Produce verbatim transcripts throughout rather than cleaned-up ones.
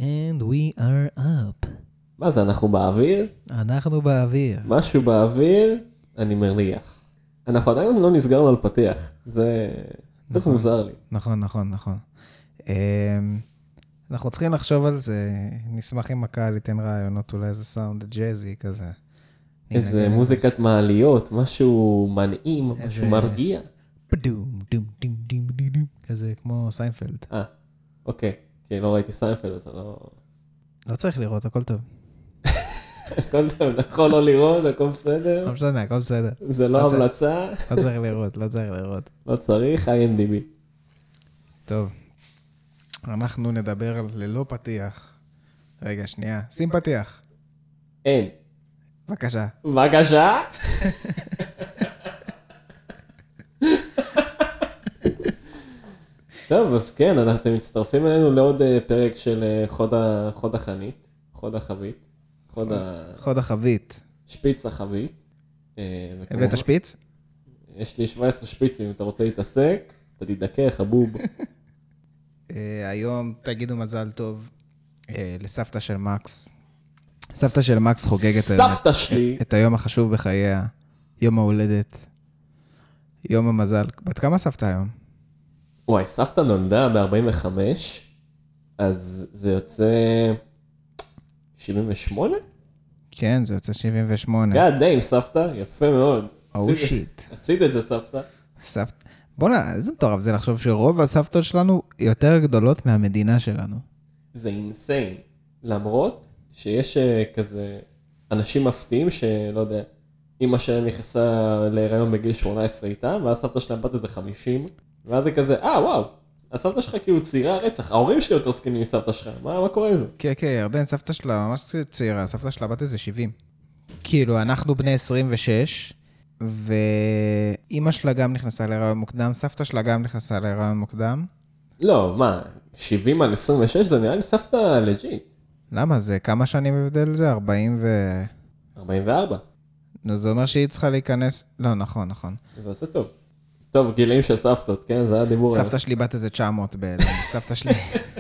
And we are up. מה זה, אנחנו באוויר? אנחנו באוויר. משהו באוויר, אני מרליח. אנחנו עדיין לא נסגרנו על פתיח. זה קצת נכון. מוזר לי. נכון, נכון, נכון. אמ, אנחנו צריכים לחשוב על זה, נשמח אם הקהל ייתן רעיונות, אולי איזה סאונד ג'אזי כזה. איזה מוזיקת מעליות, משהו מנעים, משהו מרגיע. פדום, דום, דום, דום, דום, דום, כזה כמו סיינפלד. אה, אוקיי. כי לא ראיתי סיינפלד, אז אני לא... לא צריך לראות, הכל טוב. הכל טוב, אתה יכול לא לראות, הכל בסדר. לא משנה, הכל בסדר. זה לא המלצה. לא צריך לראות, לא צריך לראות. לא צריך, איי אם די בי. טוב, אנחנו נדבר על ללא פתיח. רגע, שנייה. שים פתיח. אין. בבקשה. בבקשה. טוב, אז כן, אתם מצטרפים אלינו לעוד פרק של חוד, ה... חוד החנית, חוד החבית, חוד ה... חוד החבית. שפיץ החבית. הבאת שפיץ? יש לי שבע עשרה שפיצים, אם אתה רוצה להתעסק, אתה תדכא, חבוב. היום תגידו מזל טוב לסבתא של מקס. סבתא של מקס חוגגת סבתא שלי. את היום החשוב בחייה, יום ההולדת, יום המזל. בת כמה סבתא היום? וואי, סבתא נולדה ב-ארבעים וחמש, אז זה יוצא שבעים ושמונה? כן, זה יוצא שבעים ושמונה. God damn, סבתא, יפה מאוד. Oh shit. עשית את זה, סבתא. סבתא. בוא'נה, איזה מטורף זה לחשוב שרוב הסבתות שלנו יותר גדולות מהמדינה שלנו. זה אינסיין. למרות שיש כזה אנשים מפתיעים שלא יודע, אמא שלהם נכנסה להיריון בגיל שמונה עשרה איתה, ואז סבתא שלהם בת איזה חמישים, ואז זה כזה, אה וואו, הסבתא שלך כאילו צעירה רצח, ההורים שלי יותר סקנים מסבתא שלך, מה, מה קורה עם זה? כן, כן, ירדן, סבתא שלה ממש צעירה, סבתא שלה בת איזה שבעים. כאילו, אנחנו בני עשרים ושש, ואימא שלה גם נכנסה להיריון מוקדם, סבתא שלה גם נכנסה להיריון מוקדם. לא, מה, שבעים על עשרים ושש זה נראה לי סבתא לג'יט. למה זה? כמה שנים הבדל זה? ארבעים ו... ארבעים וארבע. נו, זה אומר שהיא צריכה להיכנס... לא, נכון, נכון. זה עושה טוב. טוב, גילאים של סבתות, כן? זה הדיבור. סבתא שלי בת איזה תשע מאות בעלם. סבתא שלי...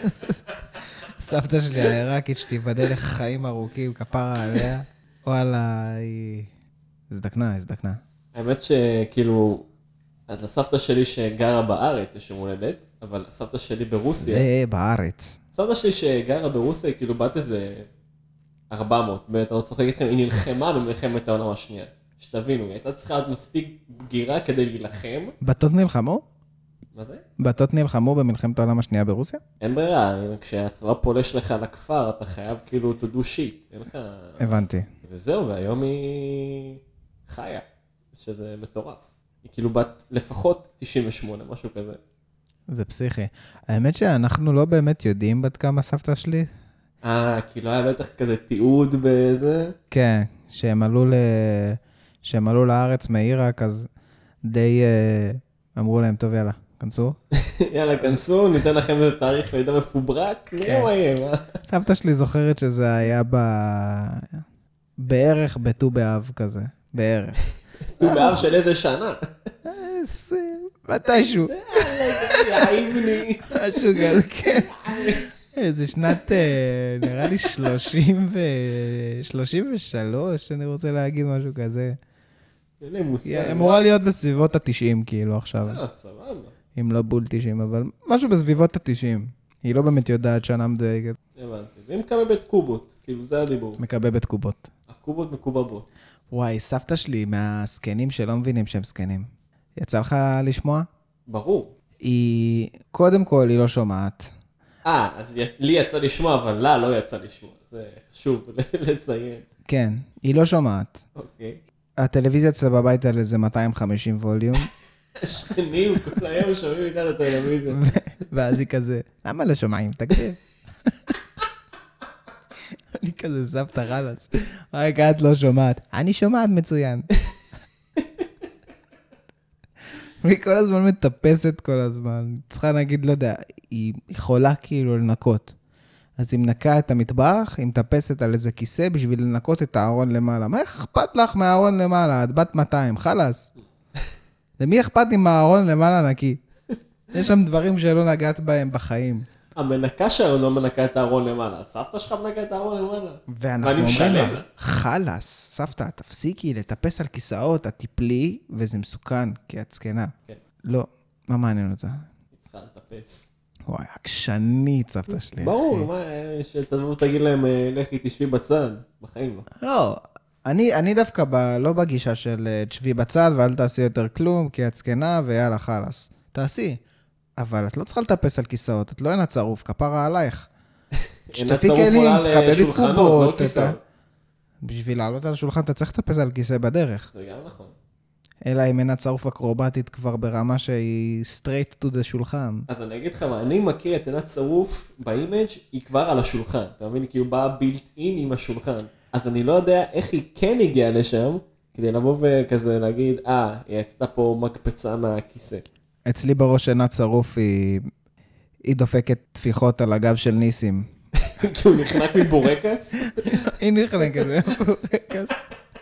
סבתא שלי העיראקית שתיבדל לחיים ארוכים, כפרה עליה. וואלה, היא... הזדקנה, הזדקנה. האמת שכאילו, אז לסבתא שלי שגרה בארץ יש יום הולדת, אבל הסבתא שלי ברוסיה... זה בארץ. סבתא שלי שגרה ברוסיה, כאילו בת איזה ארבע מאות, באמת, אני רוצה להגיד לכם, היא נלחמה במלחמת העולם השנייה. שתבינו, היא הייתה צריכה להיות מספיק בגירה כדי להילחם. בתות נלחמו? מה זה? בתות נלחמו במלחמת העולם השנייה ברוסיה? אין ברירה, כשהצבא פולש לך לכפר, אתה חייב כאילו to do shit. אין לך... הבנתי. וזהו, והיום היא חיה, שזה מטורף. היא כאילו בת לפחות תשעים ושמונה, משהו כזה. זה פסיכי. האמת שאנחנו לא באמת יודעים בת כמה סבתא שלי. אה, כאילו היה בטח כזה תיעוד בזה? כן, שהם עלו, ל... שהם עלו לארץ מעיראק, אז די uh, אמרו להם, טוב, יאללה, כנסו. יאללה, כנסו, ניתן לכם איזה תאריך לידה מפוברק, נראה מה יהיה, מה? סבתא שלי זוכרת שזה היה ב... בערך בט"ו באב כזה, בערך. ט"ו באב של איזה שנה? מתישהו. יאיבני. משהו כזה, כן. זה שנת, נראה לי שלושים ושלוש, אני רוצה להגיד משהו כזה. אין לי מושג. אמורה להיות בסביבות ה-תשעים, כאילו, עכשיו. אה, סבבה. אם לא בול תשעים, אבל משהו בסביבות ה-תשעים. היא לא באמת יודעת שנה מדויקת. הבנתי. והיא מקבבת קובות, כאילו זה הדיבור. מקבבת קובות. הקובות מקובבות. וואי, סבתא שלי מהסקנים שלא מבינים שהם סקנים. יצא לך לשמוע? ברור. היא, קודם כל, היא לא שומעת. אה, אז לי יצא לשמוע, אבל לה לא יצא לשמוע. זה חשוב לציין. כן, היא לא שומעת. אוקיי. הטלוויזיה אצלה בבית על איזה מאתיים וחמישים ווליום. השכנים, כל היום שומעים איתה את הטלוויזיה. ואז היא כזה, למה לא שומעים? תגדיר. אני כזה סבתא רלס. רק את לא שומעת. אני שומעת מצוין. והיא כל הזמן מטפסת כל הזמן. צריכה להגיד, לא יודע, היא יכולה כאילו לנקות. אז היא מנקה את המטבח, היא מטפסת על איזה כיסא בשביל לנקות את הארון למעלה. מה אכפת לך מהארון למעלה? את בת מאתיים, חלס. למי אכפת עם הארון למעלה נקי? יש שם דברים שלא נגעת בהם בחיים. המנקה שלנו לא מנקה את הארון למעלה, סבתא שלך מנקה את הארון למעלה. ואנחנו ואני אומרים משלם לה, לה. חלאס, סבתא, תפסיקי לטפס על כיסאות, את תיפלי, וזה מסוכן, כי את זקנה. כן. לא, מה מעניין אותה? היא צריכה לטפס. וואי, עקשנית סבתא שלי. ברור, אחי. מה, שתבוא תגיד להם, אה, לכי תשבי בצד, בחיים לא. לא, אני, אני דווקא ב, לא בגישה של אה, תשבי בצד ואל תעשי יותר כלום, כי את זקנה ויאללה חלאס. תעשי. אבל את לא צריכה לטפס על כיסאות, את לא עינת צרוף, כפרה עלייך. עינת שתפי צרוף כלים, עולה תקבלי לשולחנות, קובות. לא כיסאות. אתה- בשביל לעלות על השולחן אתה צריך לטפס על כיסא בדרך. זה גם נכון. אלא אם עינת צרוף אקרובטית כבר ברמה שהיא straight to the שולחן. אז אני אגיד לך מה, אני מכיר את עינת צרוף באימג' היא כבר על השולחן, אתה מבין? כי הוא בא בילט אין עם השולחן. אז אני לא יודע איך היא כן הגיעה לשם, כדי לבוא וכזה להגיד, אה, היא עשתה פה מקפצה מהכיסא. אצלי בראש עינת צרוף היא, היא דופקת טפיחות על הגב של ניסים. כי הוא נחנק מבורקס. היא נחנקת בבורקס.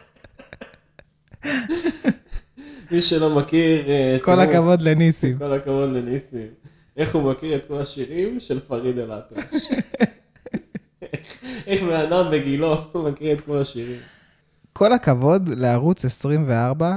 מי שלא מכיר... אה, כל תראו, הכבוד לניסים. כל הכבוד לניסים. איך הוא מכיר את כל השירים של פריד אל-אטרש. איך בן אדם בגילו הוא מכיר את כל השירים. כל הכבוד לערוץ עשרים וארבע,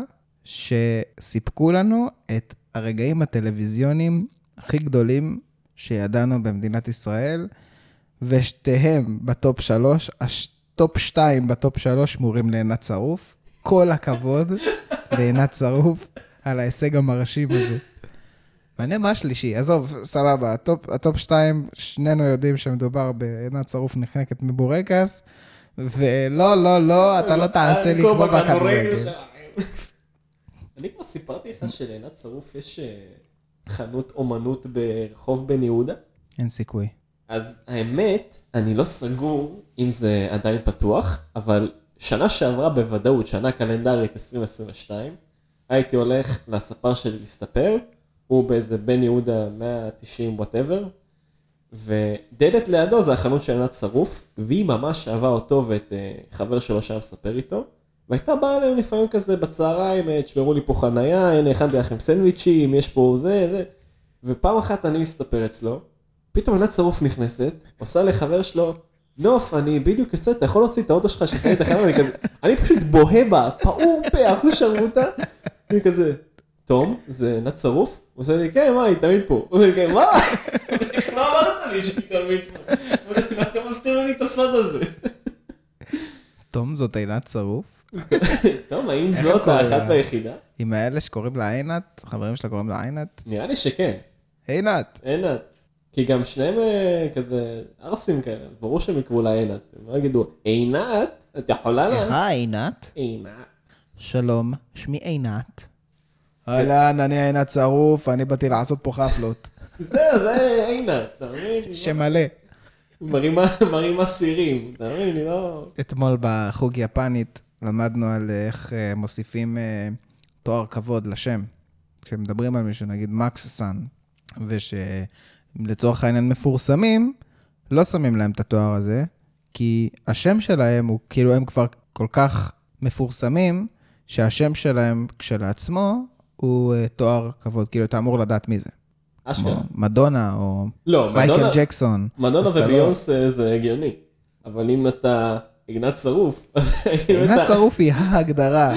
שסיפקו לנו את הרגעים הטלוויזיוניים הכי גדולים שידענו במדינת ישראל, ושתיהם בטופ שלוש, הטופ שתיים בטופ שלוש שמורים לעינת צרוף. כל הכבוד לעינת צרוף על ההישג המרשים הזה. מעניין מה השלישי, עזוב, סבבה, הטופ, הטופ שתיים, שנינו יודעים שמדובר בעינת צרוף נחנקת מבורקס, ולא, לא, לא, אתה לא תעשה לי כמו בכדורגל. אני כבר סיפרתי לך שלעינת צרוף יש אה, חנות אומנות ברחוב בן יהודה. אין סיכוי. אז האמת, אני לא סגור אם זה עדיין פתוח, אבל שנה שעברה בוודאות, שנה קלנדרית עשרים עשרים ושתיים, הייתי הולך לספר שלי להסתפר, הוא באיזה בן יהודה מאה ותשעים whatever, ודלת לידו זה החנות של עינת צרוף, והיא ממש אהבה אותו ואת uh, חבר שלו שם ספר איתו, והייתה באה אליהם לפעמים כזה בצהריים, תשמרו לי פה חנייה, הנה הכנתי לכם סנדוויצ'ים, יש פה זה, זה, ופעם אחת אני מסתפר אצלו, פתאום עינת צרוף נכנסת, עושה לחבר שלו, נוף, אני בדיוק יוצא, אתה יכול להוציא את האוטו שלך שחרר את החנייה, אני כזה, אני פשוט בוהה בה, פעור פה, אחו שרמוטה, אני כזה, תום, זה עינת צרוף? הוא עושה לי, כן, מה, היא תמיד פה. הוא אומר לי, כן, מה? איך לא אמרת לי שהיא תמיד פה? אתה מסתיר לי את הסוד הזה. תום, זאת עינת צרוף. תום, האם זאת האחת והיחידה? עם האלה שקוראים לה עינת, חברים שלה קוראים לה עינת. נראה לי שכן. עינת. עינת. כי גם שניהם כזה ארסים כאלה, ברור שהם יקראו לה עינת. הם לא יגידו, עינת, את יכולה לה? סליחה, עינת. עינת. שלום, שמי עינת. אהלן, אני עינת צרוף, אני באתי לעשות פה חפלות. זהו, זה עינת, אתה מבין? שמלא. מרימה סירים, אתה מבין? אני לא... אתמול בחוג יפנית למדנו על איך אה, מוסיפים אה, תואר כבוד לשם. כשמדברים על מישהו, נגיד מקס סן, ושלצורך העניין מפורסמים, לא שמים להם את התואר הזה, כי השם שלהם הוא כאילו הם כבר כל כך מפורסמים, שהשם שלהם כשלעצמו הוא אה, תואר כבוד, כאילו אתה אמור לדעת מי זה. אשכרה. כמו מדונה או לא, מייקל מדונה- ג'קסון. מדונה אז אתה לא- וביונס זה הגיוני, אבל אם אתה עינת צרוף, אז האם עינת אתה- צרוף היא ההגדרה.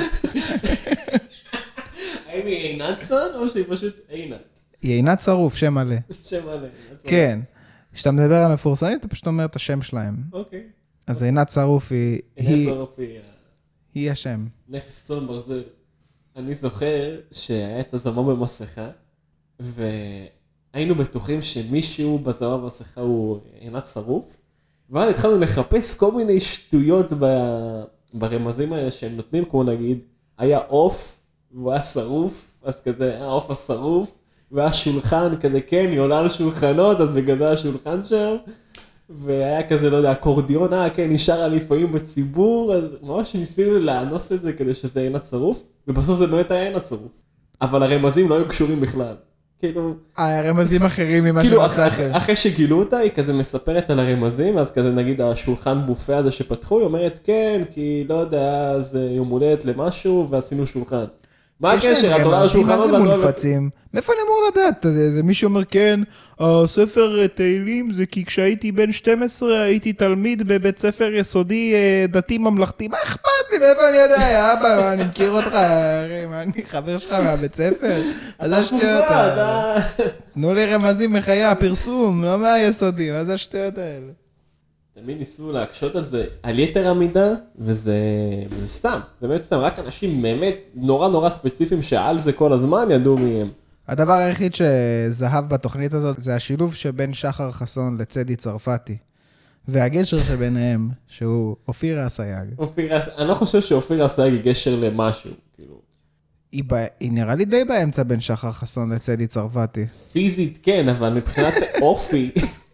האם היא עינת סן או שהיא פשוט עינת? היא עינת צרוף, שם מלא. שם מלא, עינת צרוף. כן. כשאתה מדבר על מפורסמים, אתה פשוט אומר את השם שלהם. אוקיי. אז עינת צרוף היא, עינת היא, צרוף היא היא השם. נכס צאן ברזל. אני זוכר שהיה את הזמר במסכה, והיינו בטוחים שמישהו בזמר במסכה הוא עינת צרוף, ואז התחלנו לחפש כל מיני שטויות ב- ברמזים האלה שהם נותנים, כמו נגיד, היה עוף, והוא היה שרוף, אז כזה, היה עוף השרוף, והיה שולחן, כזה כן, היא עולה על שולחנות, אז בגלל זה השולחן שם, והיה כזה, לא יודע, אקורדיון, אה, כן, נשאר לפעמים בציבור, אז ממש ניסינו לאנוס את זה כדי שזה עינת צרוף, ובסוף זה באמת היה עינת צרוף. אבל הרמזים לא היו קשורים בכלל. כאילו, אה, רמזים אחרים ממה כאילו, אח- שמצאתם. אח- אחרי שגילו אותה, היא כזה מספרת על הרמזים, אז כזה נגיד השולחן בופה הזה שפתחו, היא אומרת כן, כי לא יודע, אז יום הולדת למשהו, ועשינו שולחן. מה הקשר? את עולה על השולחנות מה ואת זה אוהבת... מונפצים? מאיפה אני אמור לדעת? זה מישהו אומר, כן, הספר תהילים זה כי כשהייתי בן שתים עשרה הייתי תלמיד בבית ספר יסודי דתי ממלכתי. מה אכפת לי? מאיפה אני יודע? יא אבא, אני מכיר אותך, הרי מה אני חבר שלך מהבית ספר? אז השטויות האלה. תנו לי רמזים מחיי הפרסום, לא מהיסודי, מה זה השטויות האלה? תמיד ניסו להקשות על זה על יתר המידה, וזה, וזה סתם. זה באמת סתם, רק אנשים באמת נורא נורא ספציפיים שעל זה כל הזמן ידעו מי הם. הדבר היחיד שזהב בתוכנית הזאת זה השילוב שבין שחר חסון לצדי צרפתי. והגשר שביניהם, שהוא אופירה אסייג. אופירה, אני לא חושב שאופירה אסייג היא גשר למשהו, כאילו. היא, ב... היא נראה לי די באמצע בין שחר חסון לצדי צרפתי. פיזית כן, אבל מבחינת אופי...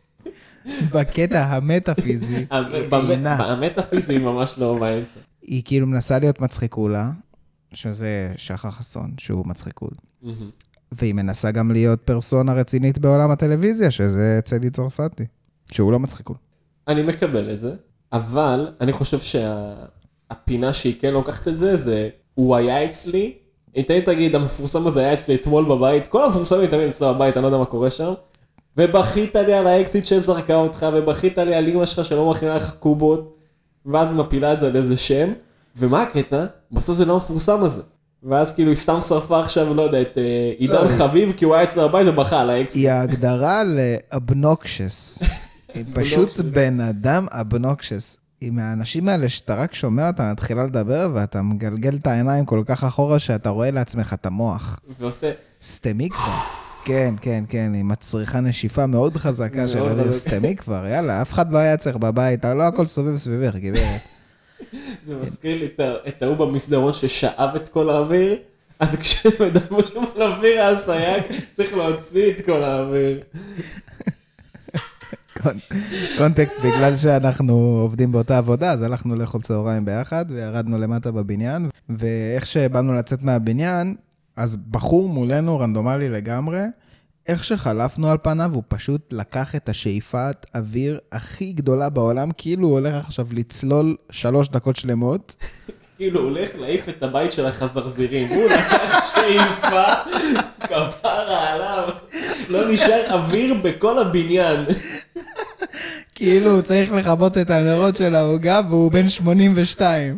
בקטע המטאפיזי, המטאפיזי היא ממש לא באמצע. היא כאילו מנסה להיות מצחיקולה, שזה שחר חסון, שהוא מצחיקול. והיא מנסה גם להיות פרסונה רצינית בעולם הטלוויזיה, שזה צדי צרפתי, שהוא לא מצחיקול. אני מקבל את זה, אבל אני חושב שהפינה שהיא כן לוקחת את זה, זה הוא היה אצלי, היא תמיד תגיד, המפורסם הזה היה אצלי אתמול בבית, כל המפורסמים תמיד אצלו בבית, אני לא יודע מה קורה שם, ובכית לי על האקסיט שזרקה אותך, ובכית לי על אמא שלך שלא מכינה לך קובות, ואז היא מפילה את זה על איזה שם, ומה הקטע? בסוף זה לא מפורסם הזה. ואז כאילו היא סתם שרפה עכשיו, לא יודע, את עידן חביב, כי הוא היה אצלו בבית ובכה על האקסיט. היא ההגדרה לאבנוקשס. היא פשוט בן אדם אבנוקשס. היא מהאנשים האלה שאתה רק שומע אותה, מתחילה לדבר, ואתה מגלגל את העיניים כל כך אחורה, שאתה רואה לעצמך את המוח. ועושה... סתמי כבר. כן, כן, כן, היא מצריכה נשיפה מאוד חזקה של סתמי כבר, יאללה, אף אחד לא היה צריך בבית, לא הכל סובב סביבך, גברת. זה מזכיר לי את ההוא במסדרון ששאב את כל האוויר, אז כשמדברים על אוויר הסייג, צריך להוציא את כל האוויר. קונטקסט, בגלל שאנחנו עובדים באותה עבודה, אז הלכנו לאכול צהריים ביחד, וירדנו למטה בבניין, ואיך שבאנו לצאת מהבניין, אז בחור מולנו רנדומלי לגמרי, איך שחלפנו על פניו, הוא פשוט לקח את השאיפת אוויר הכי גדולה בעולם, כאילו הוא הולך עכשיו לצלול שלוש דקות שלמות. כאילו הוא הולך להעיף את הבית של החזרזירים, הוא לקח שאיפה, כפרה עליו, לא נשאר אוויר בכל הבניין. כאילו הוא צריך לחבות את הנרות של ההוגה, והוא בן שמונים ושתיים.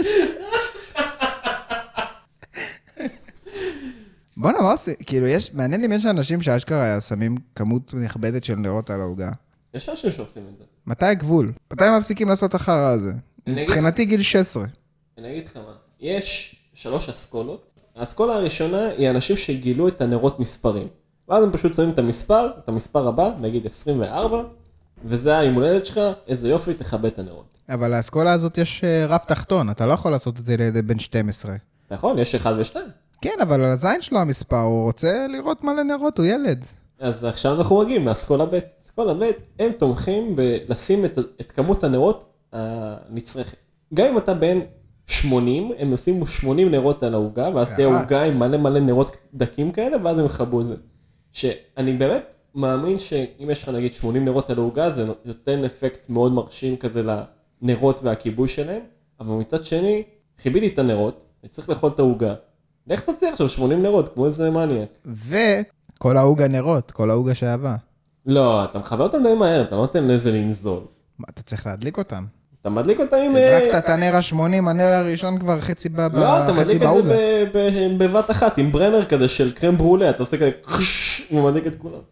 בוא נאמר, כאילו יש, מעניין אם יש אנשים שאשכרה שמים כמות נכבדת של נרות על ההוגה. יש אנשים שעושים את זה. מתי הגבול? מתי הם מפסיקים לעשות החרא הזה? מבחינתי גיל שש עשרה. אני אגיד לך מה, יש שלוש אסכולות. האסכולה הראשונה היא אנשים שגילו את הנרות מספרים. ואז הם פשוט שמים את המספר, את המספר הבא, נגיד עשרים וארבע, וזה היום הולדת שלך, איזה יופי, תכבה את הנרות. אבל האסכולה הזאת יש רב תחתון, אתה לא יכול לעשות את זה לילד בן שתים עשרה. אתה יכול, יש אחד ושתיים. כן, אבל על הזין שלו המספר, הוא רוצה לראות מלא נרות, הוא ילד. אז עכשיו אנחנו מגיעים לאסכולה ב'. אסכולה ב', הם תומכים בלשים את, את כמות הנרות הנצרכת. גם אם אתה בין שמונים, הם עושים שמונים נרות על ההוגה, ואז תהיה הוגה עם מלא מלא נרות דקים כאלה, ואז הם יחבו את זה. שאני באמת מאמין שאם יש לך נגיד שמונים נרות על ההוגה, זה נותן אפקט מאוד מרשים כזה לנרות והכיבוי שלהם, אבל מצד שני, חיביתי את הנרות, אני צריך לאכול את ההוגה, איך תצליח עכשיו שמונים נרות, כמו איזה מניאק. וכל ההוגה נרות, כל ההוגה שעבה. לא, אתה מחבר אותם די מהר, אתה לא נותן לזה לנזול. מה, אתה צריך להדליק אותם. אתה מדליק אותם עם... הדלקת את הנר ה-שמונים, הנר הראשון כבר חצי בהוגה. לא, אתה מדליק את זה בבת אחת, עם ברנר כזה של קרם ברולה, אתה עושה כזה, הוא מדליק את כולם.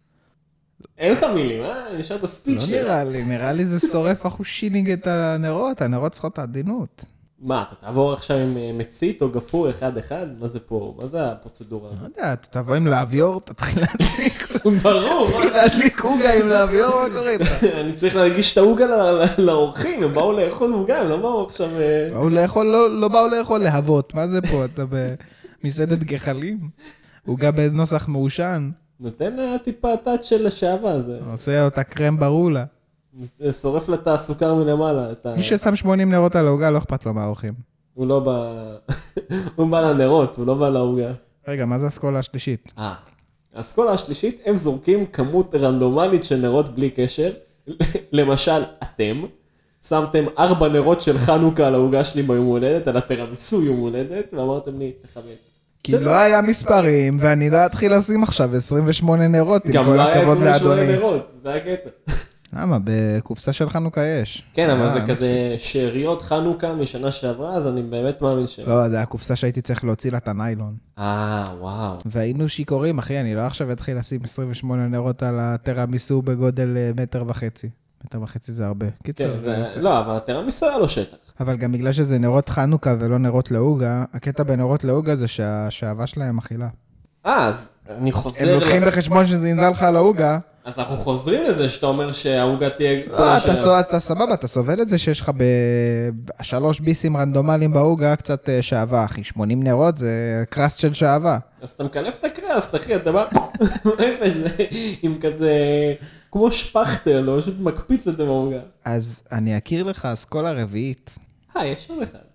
אין לך מילים, אה? נשאר את הספיצ'לס. לא נראה לי, נראה לי זה שורף אחושינינג את הנרות, הנרות צריכות עדינות. מה, אתה תעבור עכשיו עם מצית או גפור אחד אחד? מה זה פה? מה זה הפרוצדורה? לא יודע, אתה תבוא עם להביור, תתחיל להדליק. ברור. תתחיל להדליק הוגה עם להביור, מה קורה איתך? אני צריך להגיש את ההוגה לאורחים, הם באו לאכול הוגה, הם לא באו עכשיו... באו לאכול, לא באו לאכול להבות, מה זה פה? אתה במסעדת גחלים? הוגה בנוסח מעושן. נותן לה טיפה טאץ' של השעבה הזה. עושה אותה קרם ברולה. שורף לה את הסוכר מלמעלה. מי ששם שמונים נרות על ההוגה, לא אכפת לו מהאורחים. הוא לא בא... הוא בא לנרות, הוא לא בא להוגה. רגע, מה זה האסכולה השלישית? אה, האסכולה השלישית, הם זורקים כמות רנדומלית של נרות בלי קשר. למשל, אתם שמתם ארבע נרות של חנוכה על ההוגה שלי ביום הולדת, על התירמיסו יום הולדת, ואמרתם לי, תכבד. כי לא היה מספרים, ואני לא אתחיל לשים עכשיו עשרים ושמונה נרות, עם כל הכבוד לאדוני. גם לא היה עשרים ושמונה נרות, זה הקטע. למה? בקופסה של חנוכה יש. כן, אבל זה כזה שאריות חנוכה משנה שעברה, אז אני באמת מאמין ש... לא, זה הקופסה שהייתי צריך להוציא לה את הניילון. אה, וואו. והיינו שיכורים, אחי, אני לא עכשיו אתחיל לשים עשרים ושמונה נרות על הטרמיסו בגודל מטר וחצי. מטר וחצי זה הרבה. קיצר. לא, אבל הטרמיסו היה לו שטח. אבל גם בגלל שזה נרות חנוכה ולא נרות לעוגה, הקטע בנרות לעוגה זה שהשאהבה שלהם אכילה. אה, אז אני חוזר... הם לוקחים בחשבון שזה ינזל לך על העוגה. אז אנחנו חוזרים לזה שאתה אומר שהעוגה תהיה... לא, אתה סבבה, אתה סובל את זה שיש לך בשלוש ביסים רנדומליים בעוגה קצת שאהבה, אחי. שמונים נרות זה קראסט של שאהבה. אז אתה מקלף את הקראסט, אחי, אתה בא... עם כזה... כמו שפכטל, או פשוט מקפיץ את זה בעוגה. אז אני אכיר לך אסכולה רביעית. אה, יש עוד אחד.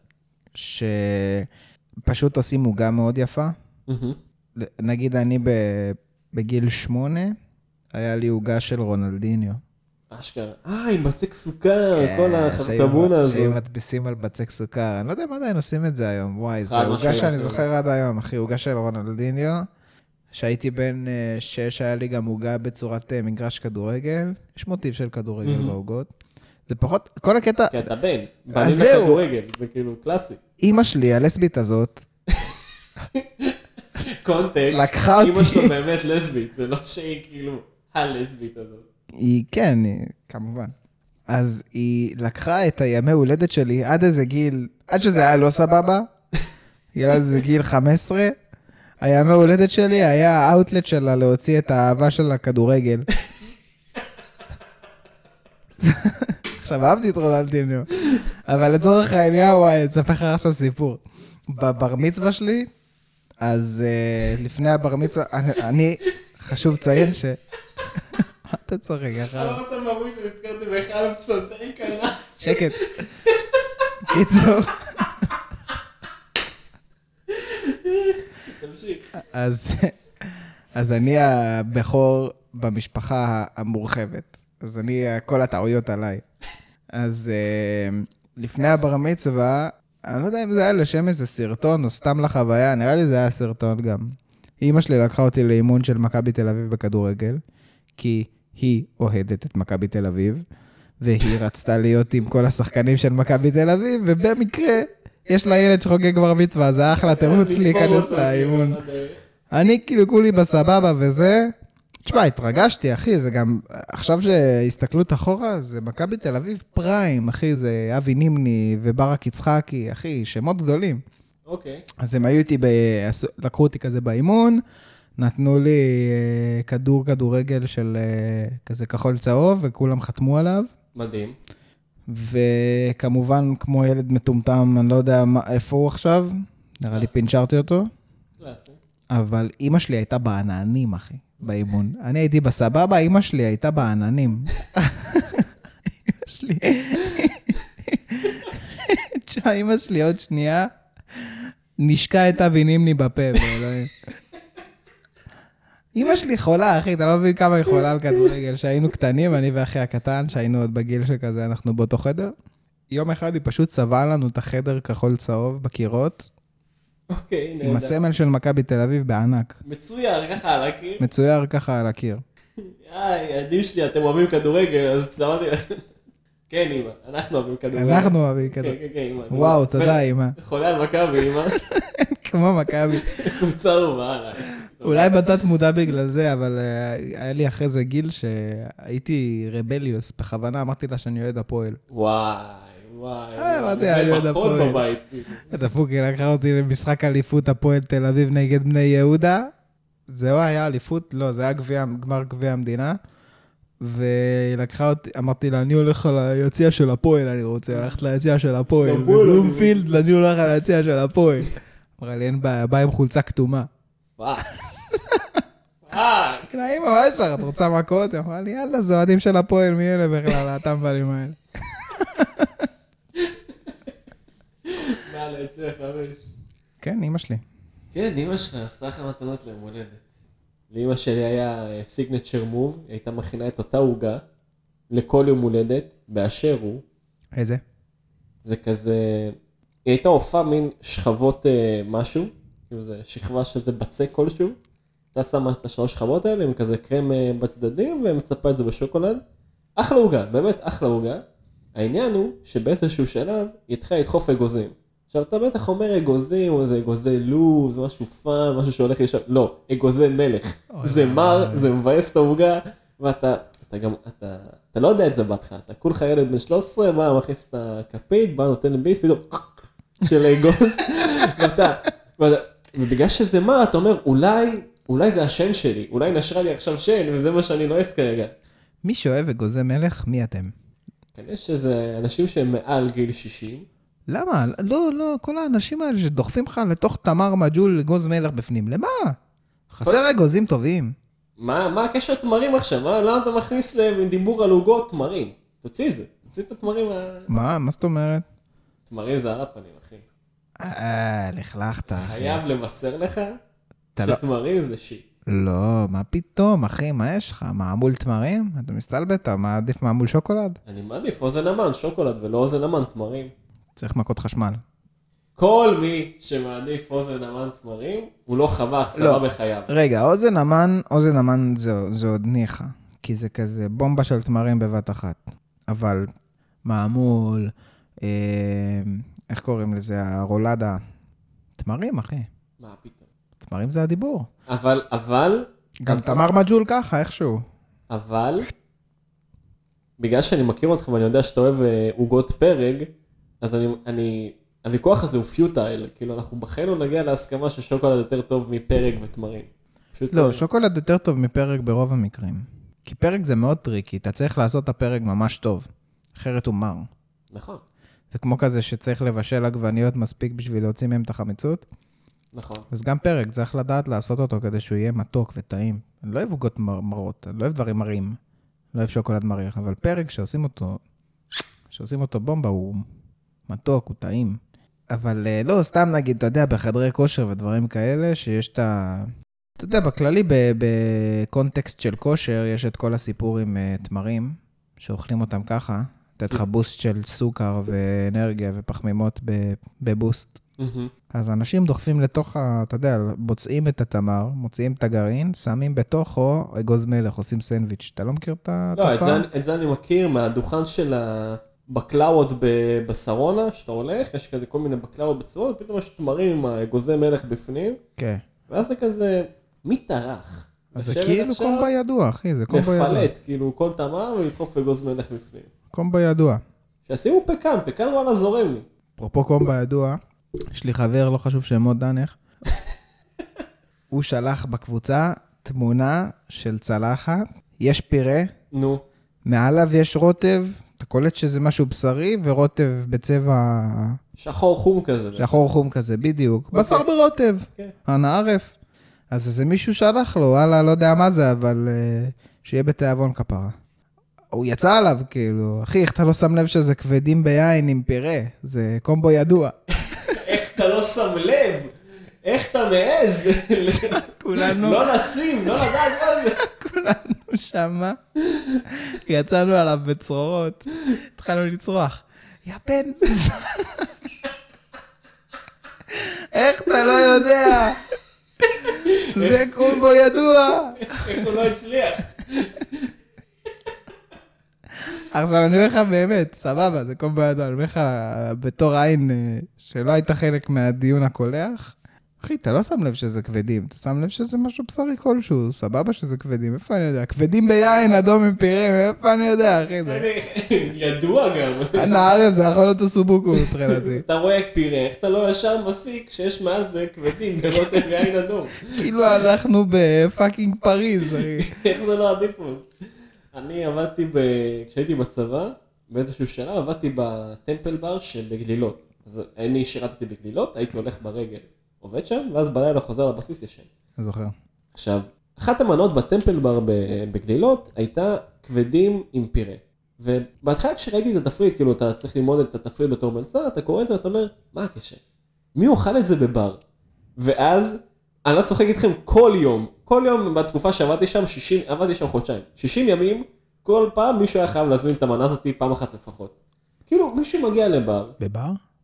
שפשוט עושים עוגה מאוד יפה. נגיד אני בגיל שמונה, היה לי עוגה של רונלדיניו. אשכרה. אה, עם בצק סוכר, כל החרטבונה הזו. שהיו מדפיסים על בצק סוכר. אני לא יודע מה עדיין עושים את זה היום. וואי, זו עוגה שאני זוכר עד היום, אחי. עוגה של רונלדיניו. שהייתי בן שש, היה לי גם עוגה בצורת מגרש כדורגל. יש מוטיב של כדורגל בעוגות. זה פחות, כל הקטע... כי אתה בן, בנים לכדורגל, זה כאילו קלאסי. אמא שלי, הלסבית הזאת, קונטקסט, לקחה אותי. אמא שלו באמת לסבית, זה לא שהיא כאילו הלסבית הזאת. היא, כן, היא, כמובן. אז היא לקחה את הימי הולדת שלי עד איזה גיל, עד שזה היה לא סבבה, עד איזה גיל חמש עשרה, הימי הולדת שלי היה האוטלט שלה להוציא את האהבה של הכדורגל. עכשיו אהבתי את רונלדיניו, אבל לצורך העניין, וואי, תספר לך עכשיו סיפור. בבר מצווה שלי, אז uh, לפני הבר מצווה, אני, אני חשוב ציין ש... מה אתה צוחק אחר? אמרת מבוי שנזכרתי באחד הפסנתרים קנה. שקט. קיצור. תמשיך. אז, אז אני הבכור במשפחה המורחבת. אז אני, כל הטעויות עליי. אז uh, לפני הבר מצווה, אני לא יודע אם זה היה לשם איזה סרטון או סתם לחוויה, נראה לי זה היה סרטון גם. אמא שלי לקחה אותי לאימון של מכבי תל אביב בכדורגל, כי היא אוהדת את מכבי תל אביב, והיא רצתה להיות עם כל השחקנים של מכבי תל אביב, ובמקרה יש לה ילד שחוגג בר מצווה, אז זה אחלה תירוץ להיכנס לאימון. אני כאילו כולי בסבבה וזה, תשמע, התרגשתי, אחי, זה גם, עכשיו שהסתכלות אחורה, זה מכבי תל אביב פריים, אחי, זה אבי נימני וברק יצחקי, אחי, שמות גדולים. אוקיי. אז הם היו איתי, ב... לקחו אותי כזה באימון, נתנו לי כדור כדורגל של כזה כחול צהוב, וכולם חתמו עליו. מדהים. וכמובן, כמו ילד מטומטם, אני לא יודע מה, איפה הוא עכשיו, נראה לי פינצ'רתי אותו. קלאסי. אבל אמא שלי הייתה בעננים, אחי. באימון. אני הייתי בסבבה, אמא שלי הייתה בעננים. אמא שלי... תשמע, אמא שלי עוד שנייה, נשקע את אבי נימני בפה, באלוהים. אמא שלי חולה, אחי, אתה לא מבין כמה היא חולה על כדורגל. שהיינו קטנים, אני ואחי הקטן, שהיינו עוד בגיל שכזה, אנחנו באותו חדר. יום אחד היא פשוט צבעה לנו את החדר כחול צהוב בקירות, אוקיי, נהדר. עם הסמל של מכבי תל אביב בענק. מצויר, ככה על הקיר. מצויר ככה על הקיר. היי, ילדים שלי, אתם אוהבים כדורגל, אז כשאמרתי לכם... כן, אמא, אנחנו אוהבים כדורגל. אנחנו אוהבים כדורגל. כן, כן, כן, אמא. וואו, תודה, אמא. חולה על מכבי, אמא. כמו מכבי. קבוצה רובה. אולי בתת מודע בגלל זה, אבל היה לי אחרי זה גיל שהייתי רבליוס, בכוונה אמרתי לה שאני אוהד הפועל. וואי, וואי. זה מכות בבית. דפוקי לקחה אותי למשחק אליפות הפועל תל אביב נגד בני יהודה. זהו היה אליפות? לא, זה היה גמר גביע המדינה. והיא לקחה אותי, אמרתי לה, אני הולך על היציאה של הפועל, אני רוצה ללכת ליציאה של הפועל. בבלומפילד, אני הולך על היציאה של הפועל. אמרה לי, אין בעיה, באה עם חולצה כתומה. וואי. וואי. קנאים, מה יש לך? את רוצה מכות? אמרה לי, יאללה, זה אוהדים של הפועל, מי אלה בכלל, הטמבלים האלה. יאללה, יצא חמש. כן, אמא שלי. כן, אמא שלך עשתה לך מתנות ליום הולדת. לאמא שלי היה סיגנצ'ר מוב, היא הייתה מכינה את אותה עוגה לכל יום הולדת, באשר הוא. איזה? זה כזה, היא הייתה הופעה מין שכבות משהו, כאילו זה שכבה שזה בצק כלשהו, אתה שם את השלוש שכבות האלה עם כזה קרם בצדדים ומצפה את זה בשוקולד. אחלה עוגה, באמת אחלה עוגה. העניין הוא שבאיזשהו שלב היא התחילה לדחוף אגוזים. עכשיו אתה בטח אומר אגוזים או זה אגוזי לוב, זה משהו פאן, משהו שהולך לשם, לא, אגוזי מלך. זה מר, זה מבאס את העוגה, ואתה אתה גם, אתה, אתה לא יודע את זה בהתחלה, אתה כולך ילד בן שלוש עשרה, בא מכניס את הכפית, בא נותן לביס, פתאום של אגוז, ואתה, ובגלל שזה מר, אתה אומר, אולי, אולי זה השן שלי, אולי נשרה לי עכשיו שן, וזה מה שאני לא אעשה כרגע. מי שאוהב אגוזי מלך, מי אתם? יש שזה אנשים שהם מעל גיל שישים. למה? לא, לא, כל האנשים האלה שדוחפים לך לתוך תמר מג'ול אגוז מלך בפנים, למה? חסר אגוזים טובים. מה, מה הקשר תמרים עכשיו? מה, למה אתה מכניס להם דיבור על עוגות תמרים? תוציא את זה, תוציא את התמרים. מה? מה זאת אומרת? תמרים זה על הפנים, אחי. אה, לכלכת, אחי. חייב לבשר לך שתמרים זה שיט. לא, מה פתאום, אחי, מה יש לך? מעמול תמרים? אתה מסתלבט? אתה מעדיף מעמול שוקולד? אני מעדיף אוזן המן, שוקולד, ולא אוזן המן, תמרים. צריך מכות חשמל. כל מי שמעדיף אוזן המן תמרים, הוא לא חווה אכזבה בחייו. רגע, אוזן המן, אוזן המן זה, זה עוד ניחה, כי זה כזה בומבה של תמרים בבת אחת. אבל מעמול, אה, איך קוראים לזה? הרולדה. תמרים, אחי. מה פתאום? תמרים זה הדיבור. אבל, אבל... גם אבל, תמר מג'ול ככה, איכשהו. אבל, בגלל שאני מכיר אותך ואני יודע שאתה אוהב עוגות פרג, אז אני, אני, הוויכוח הזה הוא פיוטייל, כאילו אנחנו בחנו נגיע להסכמה ששוקולד יותר טוב מפרג ותמרים. לא, לא, שוקולד יותר טוב מפרג ברוב המקרים. כי פרג זה מאוד טריקי, אתה צריך לעשות את הפרג ממש טוב, אחרת הוא מר. נכון. זה כמו כזה שצריך לבשל עגבניות מספיק בשביל להוציא מהם את החמיצות. נכון. אז גם פרג, צריך לדעת לעשות אותו כדי שהוא יהיה מתוק וטעים. אני לא אוהב עוגות מר, מרות, אני לא אוהב דברים מרים, לא אוהב שוקולד מריר, אבל פרג שעושים אותו, שעושים אותו בומבה הוא מתוק, הוא טעים. אבל לא, סתם נגיד, אתה יודע, בחדרי כושר ודברים כאלה, שיש את ה... אתה יודע, בכללי, בקונטקסט של כושר, יש את כל הסיפור עם תמרים, שאוכלים אותם ככה, לתת לך בוסט של סוכר ואנרגיה ופחמימות בבוסט. אז אנשים דוחפים לתוך, אתה יודע, בוצעים את התמר, מוציאים את הגרעין, שמים בתוכו אגוז מלך, עושים סנדוויץ'. אתה לא מכיר את התופעה? לא, את זה אני מכיר מהדוכן של הבקלאות בשרונה, שאתה הולך, יש כזה כל מיני בקלאות בצורות, פתאום יש תמרים עם האגוזי מלך בפנים. כן. ואז זה כזה, מי טרח? אז זה כאילו קומבה ידוע, אחי, זה קומבה ידוע. מפלט, כאילו כל תמר ולדחוף אגוז מלך בפנים. קומבה ידוע. שעשימו פקן, פקן וואלה זורם לי. אפרופו קומבה ידוע, יש לי חבר, לא חשוב שמות דנך, הוא שלח בקבוצה תמונה של צלחת, יש פירה, נו. מעליו יש רוטב, אתה קולט שזה משהו בשרי, ורוטב בצבע... שחור חום כזה. שחור חום כזה, בדיוק. בשר ברוטב, אנא ערף. אז איזה מישהו שלח לו, וואלה, לא יודע מה זה, אבל שיהיה בתיאבון כפרה. הוא יצא עליו, כאילו, אחי, איך אתה לא שם לב שזה כבדים ביין עם פירה? זה קומבו ידוע. איך אתה לא שם לב? איך אתה מעז? כולנו... לא נשים, לא לדעת מה זה. כולנו שמה. יצאנו עליו בצרורות. התחלנו לצרוח. יא בן ז... איך אתה לא יודע? זה קומבו ידוע. איך הוא לא הצליח? עכשיו אני אומר לך באמת, סבבה, זה קומבו ידוע. אני אומר לך בתור עין שלא היית חלק מהדיון הקולח. אחי, אתה לא שם לב שזה כבדים, אתה שם לב שזה משהו בשרי כלשהו, סבבה שזה כבדים, איפה אני יודע? כבדים ביין, אדום עם פירים, איפה אני יודע, אחי? ידוע גם. הנערב זה יכול להיות הסובוקו, תחילתי. אתה רואה פירה, איך אתה לא ישר מסיק שיש מעל זה כבדים ברוטב ויין אדום? כאילו אנחנו בפאקינג פריז, אחי. איך זה לא עדיפות? אני עבדתי, כשהייתי בצבא, באיזשהו שלב, עבדתי בטמפל בר שבגלילות. אז אני שירתתי בגלילות, הייתי הולך ברגל. עובד שם, ואז בלילה חוזר לבסיס ישן. אני זוכר. עכשיו, אחת המנות בטמפל בר בגלילות הייתה כבדים עם פירה. ובהתחלה כשראיתי את התפריט, כאילו אתה צריך ללמוד את התפריט בתור מלצר, אתה קורא את זה ואתה אומר, מה הקשר? מי אוכל את זה בבר? ואז, אני לא צוחק איתכם כל יום, כל יום בתקופה שעבדתי שם, שישים, עבדתי שם חודשיים, שישים ימים, כל פעם מישהו היה חייב להזמין את המנה הזאת פעם אחת לפחות. כאילו, מישהו מגיע לבר. בבר?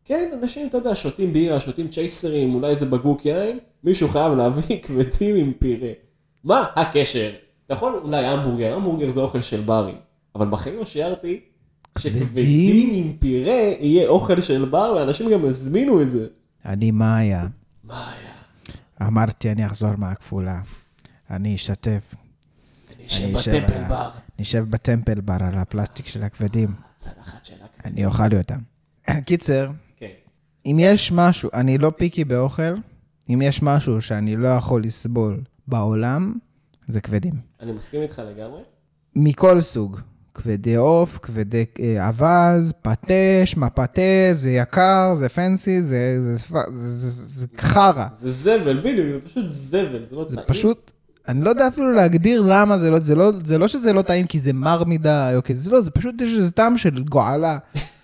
כן, אנשים, אתה יודע, שותים בירה, שותים צ'ייסרים, אולי איזה בקבוק יין, מישהו חייב להביא כבדים עם פירה. מה הקשר? אתה יכול אולי המבורגר, המבורגר זה אוכל של ברים, אבל בחיים לא שיערתי שכבדים עם פירה יהיה אוכל של בר, ואנשים גם הזמינו את זה. אני מה היה? מה היה? אמרתי, אני אחזור מהכפולה. אני אשתף. אני אשב בטמפל בר. נשב בטמפל בר על הפלסטיק של הכבדים. צלחת של הכבדים. אני אוכל אותם. קיצר, כן. אם יש משהו, אני לא פיקי באוכל, אם יש משהו שאני לא יכול לסבול בעולם, זה כבדים. אני מסכים איתך לגמרי. מכל סוג. כבדי עוף, כבדי אבז, פטש, מה פטה, זה יקר, זה פנסי, זה, זה, זה, זה, זה חרה. זה זבל, בדיוק, זה פשוט זבל, זה לא זה טעים. פשוט, אני לא יודע אפילו להגדיר למה זה לא, זה לא, זה לא שזה לא טעים כי זה מר מדי, או כי זה לא, זה פשוט יש איזה טעם של גועלה.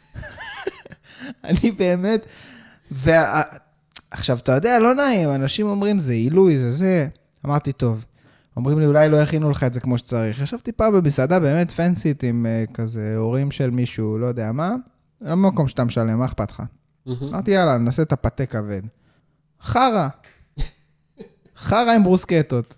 אני באמת, וה... עכשיו, אתה יודע, לא נעים, אנשים אומרים, זה עילוי, זה זה, אמרתי, טוב. אומרים לי, אולי לא יכינו לך את זה כמו שצריך. ישבתי פעם במסעדה באמת פנסית עם uh, כזה הורים של מישהו, לא יודע מה, לא במקום שאתה משלם, מה אכפת לך? אמרתי, יאללה, נעשה את הפתה כבד. חרה. חרה עם ברוסקטות.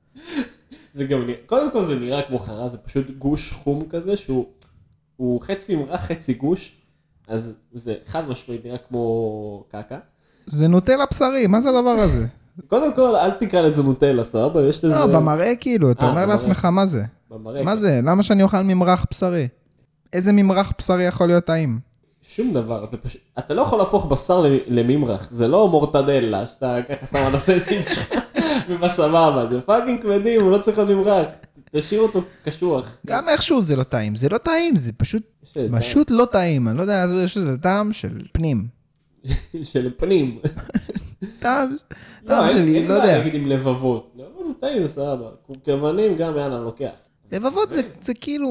זה גם, קודם כל זה נראה כמו חרה, זה פשוט גוש חום כזה, שהוא הוא חצי מרח, חצי גוש, אז זה חד משמעית נראה כמו קקה. זה נוטלה בשרי, מה זה הדבר הזה? קודם כל, אל תקרא לזה נוטלה, סבבה? יש לזה... לא, במראה כאילו, אתה אומר לעצמך, מה זה? במראה. מה זה? למה שאני אוכל ממרח בשרי? איזה ממרח בשרי יכול להיות טעים? שום דבר, זה פשוט... אתה לא יכול להפוך בשר לממרח, זה לא מורטדלה, שאתה ככה שם על הסנדוויץ' שלך, ובסבבה, זה פאקינג כבדים, הוא לא צריך להיות ממרח, תשאיר אותו קשוח. גם איכשהו זה לא טעים, זה לא טעים, זה פשוט, פשוט לא טעים, אני לא יודע, יש איזה טעם של פנים. של פנים. טעם שלי, לא יודע. אין מה להגיד עם לבבות, לבבות זה טעים, זה סבבה, קורקבנים גם יאללה לוקח. לבבות זה כאילו,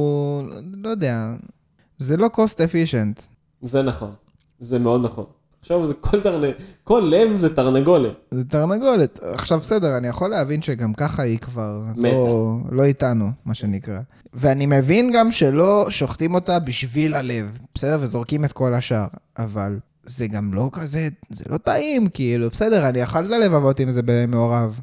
לא יודע, זה לא cost efficient. זה נכון, זה מאוד נכון. עכשיו זה כל תרנגולת, כל לב זה תרנגולת. זה תרנגולת. עכשיו בסדר, אני יכול להבין שגם ככה היא כבר לא, לא איתנו, מה שנקרא. ואני מבין גם שלא שוחטים אותה בשביל הלב, בסדר? וזורקים את כל השאר. אבל זה גם לא כזה, זה לא טעים, כאילו, בסדר, אני אכל את הלבבות אם זה במעורב.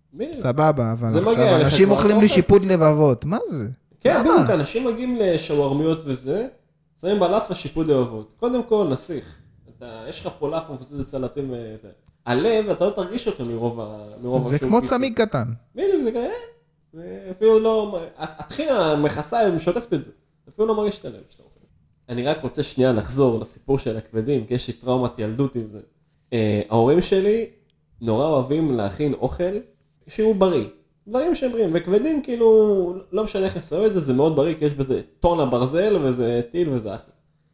סבבה, אבל עכשיו אנשים אוכלים לי שיפוד לבבות. מה זה? כן, בדיוק, אנשים מגיעים לשווארמיות וזה, שמים בלאפה שיפוד לבבות. קודם כל, נסיך. יש לך פה לאפה מפוצצת צלטים וזה. הלב, אתה לא תרגיש אותו מרוב השום. זה כמו צמיג קטן. בדיוק, זה כזה, אפילו לא, התחילה מכסה, משותפת את זה. אפילו לא מרגיש את הלב שאתה אוכל. אני רק רוצה שנייה לחזור לסיפור של הכבדים, כי יש לי טראומת ילדות עם זה. ההורים שלי נורא אוהבים להכין אוכל שהוא בריא. דברים שהם בריאים, וכבדים כאילו, לא משנה איך לסובב את זה, זה מאוד בריא, כי יש בזה טונה ברזל וזה טיל וזה אחלה.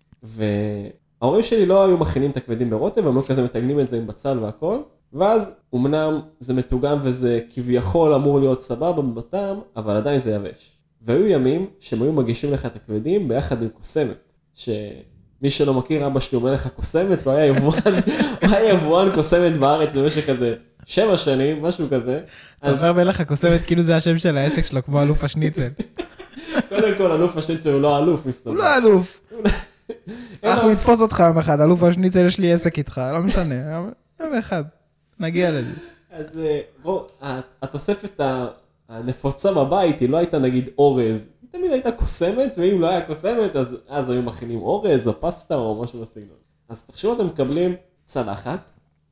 וההורים שלי לא היו מכינים את הכבדים ברוטב, הם לא כזה מתגנים את זה עם בצל והכל, ואז אמנם זה מתוגם וזה כביכול אמור להיות סבבה בטעם, אבל עדיין זה יבש. והיו ימים שהם היו מגישים לך את הכבדים ביחד עם קוסמת, שמי שלא מכיר, אבא שלי אומר לך קוסמת, הוא היה יבואן, הוא היה יבואן קוסמת בארץ במשך כזה שבע שנים, משהו כזה. אתה אומר מלך הקוסמת, כאילו זה השם של העסק שלו, כמו אלוף השניצל. קודם כל, אלוף השניצל הוא לא אלוף, מסתבר. הוא לא אלוף. אנחנו נתפוס אותך יום אחד, אלוף השניצל, יש לי עסק איתך, לא משנה, יום אחד, נגיע לזה. אז בוא, התוספת הנפוצה בבית, היא לא הייתה נגיד אורז, תמיד הייתה קוסמת, ואם לא היה קוסמת, אז, אז היו מכינים אורז או פסטה או משהו בסגנון. אז תחשבו, אתם מקבלים צלחת,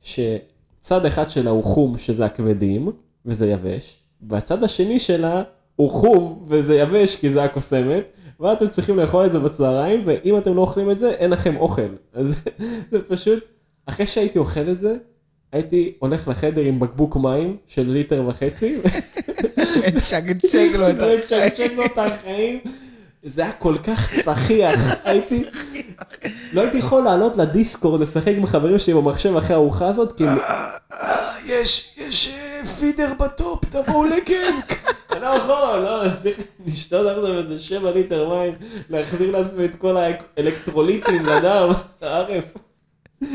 שצד אחד שלה הוא חום, שזה הכבדים, וזה יבש, והצד השני שלה הוא חום, וזה יבש, כי זה הקוסמת, ואתם צריכים לאכול את זה בצהריים, ואם אתם לא אוכלים את זה, אין לכם אוכל. אז זה פשוט, אחרי שהייתי אוכל את זה, הייתי הולך לחדר עם בקבוק מים של ליטר וחצי. משגשג לו את החיים. משגשג לו את החיים. זה היה כל כך צחיח. הייתי, לא הייתי יכול לעלות לדיסקורד, לשחק עם חברים שלי במחשב אחרי הארוחה הזאת, כי... יש, יש פידר בטופ, תבואו לגנק. לא יכול, לא, צריך לשתות עכשיו איזה שבע ליטר מים, להחזיר לעצמי את כל האלקטרוליטים לדם, הערף.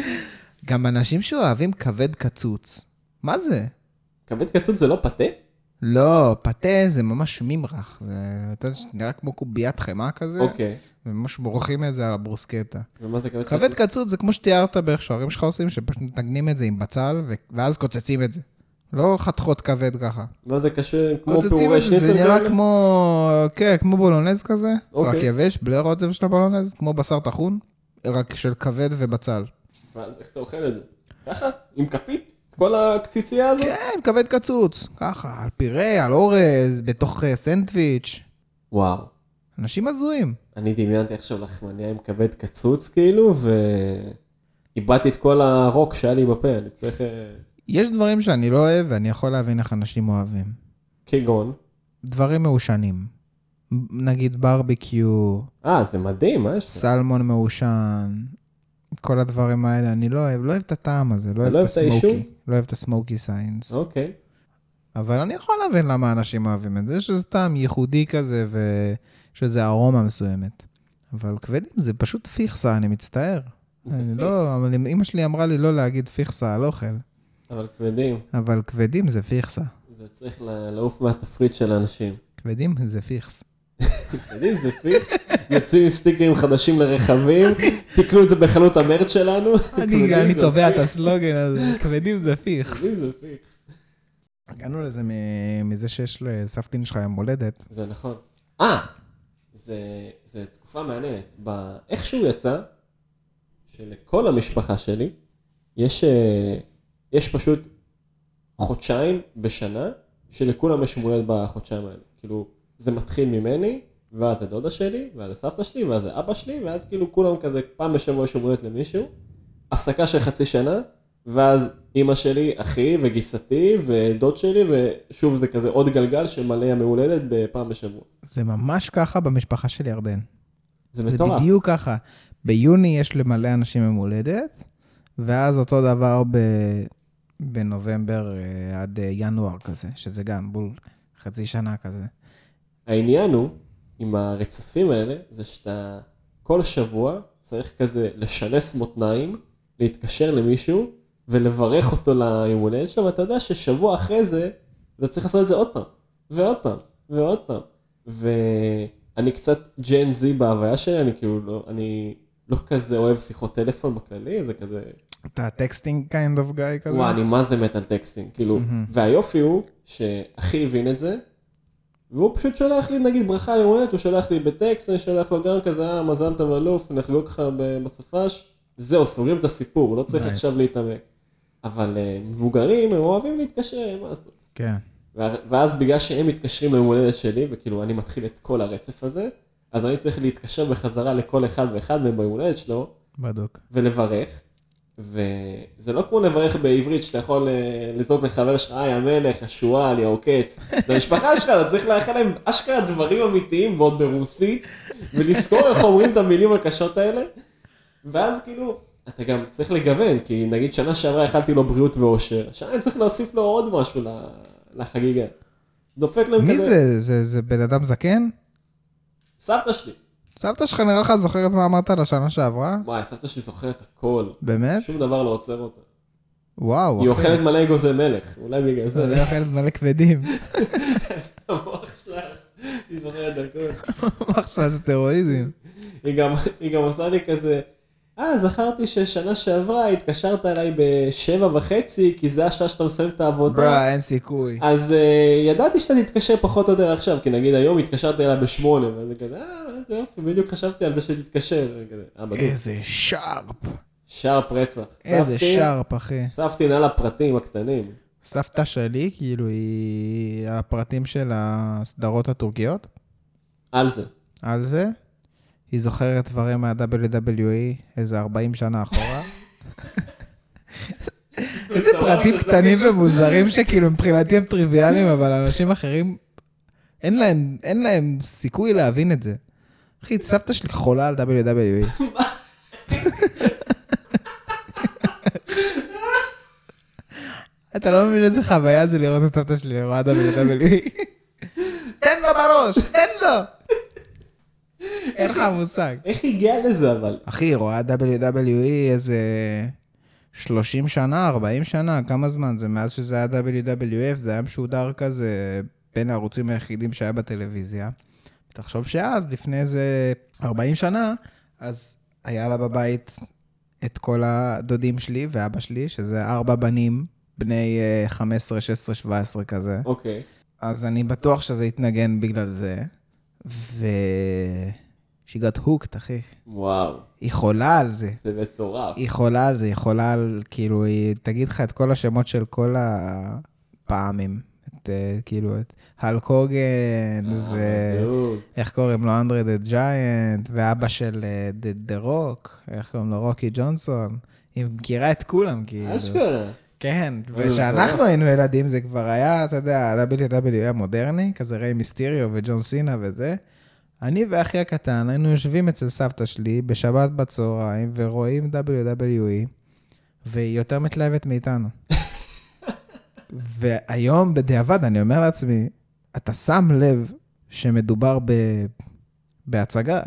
גם אנשים שאוהבים כבד קצוץ. מה זה? כבד קצוץ זה לא פתה? לא, פתה זה ממש ממרח. זה, אתה יודע, נראה כמו קוביית חמה כזה, אוקיי. וממש בורחים את זה על הברוסקטה. ומה זה כבד קצוץ? כבד קצוץ זה כמו שתיארת בערך שההורים שלך עושים, שפשוט מטגנים את זה עם בצל, ו- ואז קוצצים את זה. לא חתכות כבד ככה. מה זה קשה? כמו קוצצים פירורי את זה, שניצל זה נראה כאלה? כמו, כן, כמו בולונז כזה, אוקיי. רק יבש, בלי הרוטב של הבולונז, כמו בשר טחון, רק של כבד ובצל. ואז איך אתה אוכל את זה? ככה? עם כפית? כל הקציצייה הזאת? כן, כבד קצוץ, ככה, על פירה, על אורז, בתוך אה, סנדוויץ'. וואו. אנשים הזויים. אני דמיינתי עכשיו לחמניה עם כבד קצוץ כאילו, ואיבדתי את כל הרוק שהיה לי בפה, אני צריך... אה, יש דברים שאני לא אוהב, ואני יכול להבין איך אנשים אוהבים. כגון. דברים מעושנים. נגיד ברביקיו, אה, זה מדהים, מה יש לך? סלמון מעושן, כל הדברים האלה, אני לא אוהב, לא אוהב את הטעם הזה, לא אוהב לא את אוהב את האישור? הסמוקי, לא אוהב את הסמוקי סיינס. אוקיי. אבל אני יכול להבין למה אנשים אוהבים את זה, יש איזה טעם ייחודי כזה, ויש איזה ארומה מסוימת. אבל כבדים זה פשוט פיכסה, אני מצטער. זה אני פיקס. לא, אבל אמא שלי אמרה לי לא להגיד פיכסה על אוכל, אבל כבדים. אבל כבדים זה פיכסה. זה צריך ל- לעוף מהתפריט של האנשים. כבדים זה פיכס. כבדים זה פיקס. יוצאים סטיקרים חדשים לרכבים, תקנו את זה בחנות המרץ שלנו. אני כבדים אני זה תובע את פיקס. הסלוגן הזה, כבדים זה פיכס. כבדים זה פיקס. הגענו לזה מ- מזה שיש לסבתין שלך יום הולדת. זה נכון. אה, זה, זה תקופה מעניינת. ב- איכשהו יצא שלכל המשפחה שלי יש, אה, יש פשוט חודשיים בשנה שלכולם יש מולד בחודשיים האלה. כאילו, זה מתחיל ממני, ואז זה דודה שלי, ואז זה סבתא שלי, ואז זה אבא שלי, ואז כאילו כולם כזה פעם בשבוע יש מולד למישהו, הפסקה של חצי שנה, ואז אמא שלי, אחי וגיסתי ודוד שלי, ושוב זה כזה עוד גלגל שמלא ימי הולדת בפעם בשבוע. זה ממש ככה במשפחה של ירדן. זה זה מטורף. בדיוק ככה. ביוני יש למלא אנשים יום הולדת, ואז אותו דבר ב... בנובמבר אה, עד אה, ינואר כזה, שזה גם בול חצי שנה כזה. העניין הוא, עם הרצפים האלה, זה שאתה כל שבוע צריך כזה לשנס מותניים, להתקשר למישהו, ולברך אותו ליום הולדת שלו, ואתה יודע ששבוע אחרי זה, אתה צריך לעשות את זה עוד פעם, ועוד פעם, ועוד פעם. ואני קצת ג'ן זי בהוויה שלי, אני כאילו לא, אני לא כזה אוהב שיחות טלפון בכללי, זה כזה... אתה טקסטינג kind of guy כזה? וואי, אני מה זה מת על טקסטינג, כאילו, והיופי הוא שאחי הבין את זה, והוא פשוט שולח לי, נגיד, ברכה ליום הולדת, הוא שולח לי בטקסט, אני שולח לו גם כזה, אה, מזל טוב אלוף, נחגוג לך בסופש, זהו, סוגרים את הסיפור, לא צריך Nice. עכשיו להתעמק. אבל uh, מבוגרים, הם אוהבים להתקשר, מה לעשות? כן. ואז בגלל שהם מתקשרים ליום הולדת שלי, וכאילו אני מתחיל את כל הרצף הזה, אז אני צריך להתקשר בחזרה לכל אחד ואחד מהם ביום הולדת שלו, בדוק. ולברך. וזה לא כמו לברך בעברית, שאתה יכול אה, לזרוק לחבר שלך, היי המלך, השועל, העוקץ. במשפחה שלך, אתה צריך לאחל להם אשכרה דברים אמיתיים, ועוד ברוסית, ולזכור איך אומרים את המילים הקשות האלה. ואז כאילו, אתה גם צריך לגוון, כי נגיד שנה שעברה אכלתי לו בריאות ואושר, השנה אני צריך להוסיף לו עוד משהו לחגיגה. דופק להם מי כזה. זה? זה? זה בן אדם זקן? סבתא שלי. סבתא שלך נראה לך זוכרת מה אמרת לשנה שעברה? וואי, סבתא שלי זוכרת הכל. באמת? שום דבר לא עוצר אותה. וואו, היא אוכלת מלא אגוזי מלך, אולי בגלל זה. אני אוכלת מלא כבדים. אז המוח שלך, היא זוכרת הכל. המוח שלה זה טרואיזם. היא גם, היא גם עושה לי כזה, אה, זכרתי ששנה שעברה התקשרת אליי בשבע וחצי, כי זה השעה שאתה מסיים את העבודה. ברה, אין סיכוי. אז uh, ידעתי שאתה תתקשר פחות או יותר עכשיו, כי נגיד היום התקשרתי אליי בשמונה, וזה כזה, אה, איזה יופי, בדיוק חשבתי על זה שתתקשר. וכזה, אה, בדיוק. איזה שרפ. שרפ רצח. איזה סבתי- שרפ, אחי. סבתי נע לפרטים הקטנים. סבתא שלי, כאילו, היא הפרטים של הסדרות הטורקיות, על זה. על זה. היא זוכרת דברים מה-דאבליו דאבליו אי איזה ארבעים שנה אחורה. איזה פרטים קטנים ומוזרים שכאילו מבחינתי הם טריוויאליים, אבל אנשים אחרים, אין להם, אין להם סיכוי להבין את זה. אחי, סבתא שלי חולה על דאבליו דאבליו אי. אתה לא מבין איזה חוויה זה לראות את סבתא שלי לראות דאבליו דאבליו אי. תן לו בראש, תן לו! אין לך מושג. איך הגיע לזה אבל? אחי, היא רואה דאבליו דאבליו אי איזה שלושים שנה, ארבעים שנה, כמה זמן? זה מאז שזה היה דאבליו דאבליו אף, זה היה משודר כזה בין הערוצים היחידים שהיה בטלוויזיה. תחשוב שאז, לפני איזה ארבעים שנה, אז היה לה בבית את כל הדודים שלי ואבא שלי, שזה ארבע בנים, בני חמש עשרה, שש עשרה, שבע עשרה כזה. אוקיי. אז אני בטוח שזה יתנגן בגלל זה. ו... she got hooked, אחי. וואו. היא חולה על זה. זה מטורף. היא חולה על זה, היא חולה על, כאילו, היא תגיד לך את כל השמות של כל הפעמים. את, כאילו, את הלק הוגן, ואיך קוראים לו? אנדרה דה ג'יינט, ואבא של דה רוק, איך קוראים לו? רוקי ג'ונסון. היא מכירה את כולם, כאילו. אשכרה. כן, ושאנחנו היינו ילדים, זה כבר היה, אתה יודע, דאבליו דאבליו היה מודרני, כזה ריי מיסטריו וג'ון סינה וזה. אני ואחי הקטן היינו יושבים אצל סבתא שלי בשבת בצהריים, ורואים דאבליו דאבליו אי, והיא יותר מתלהבת מאיתנו. והיום בדיעבד אני אומר לעצמי, אתה שם לב שמדובר ב... בהצגה.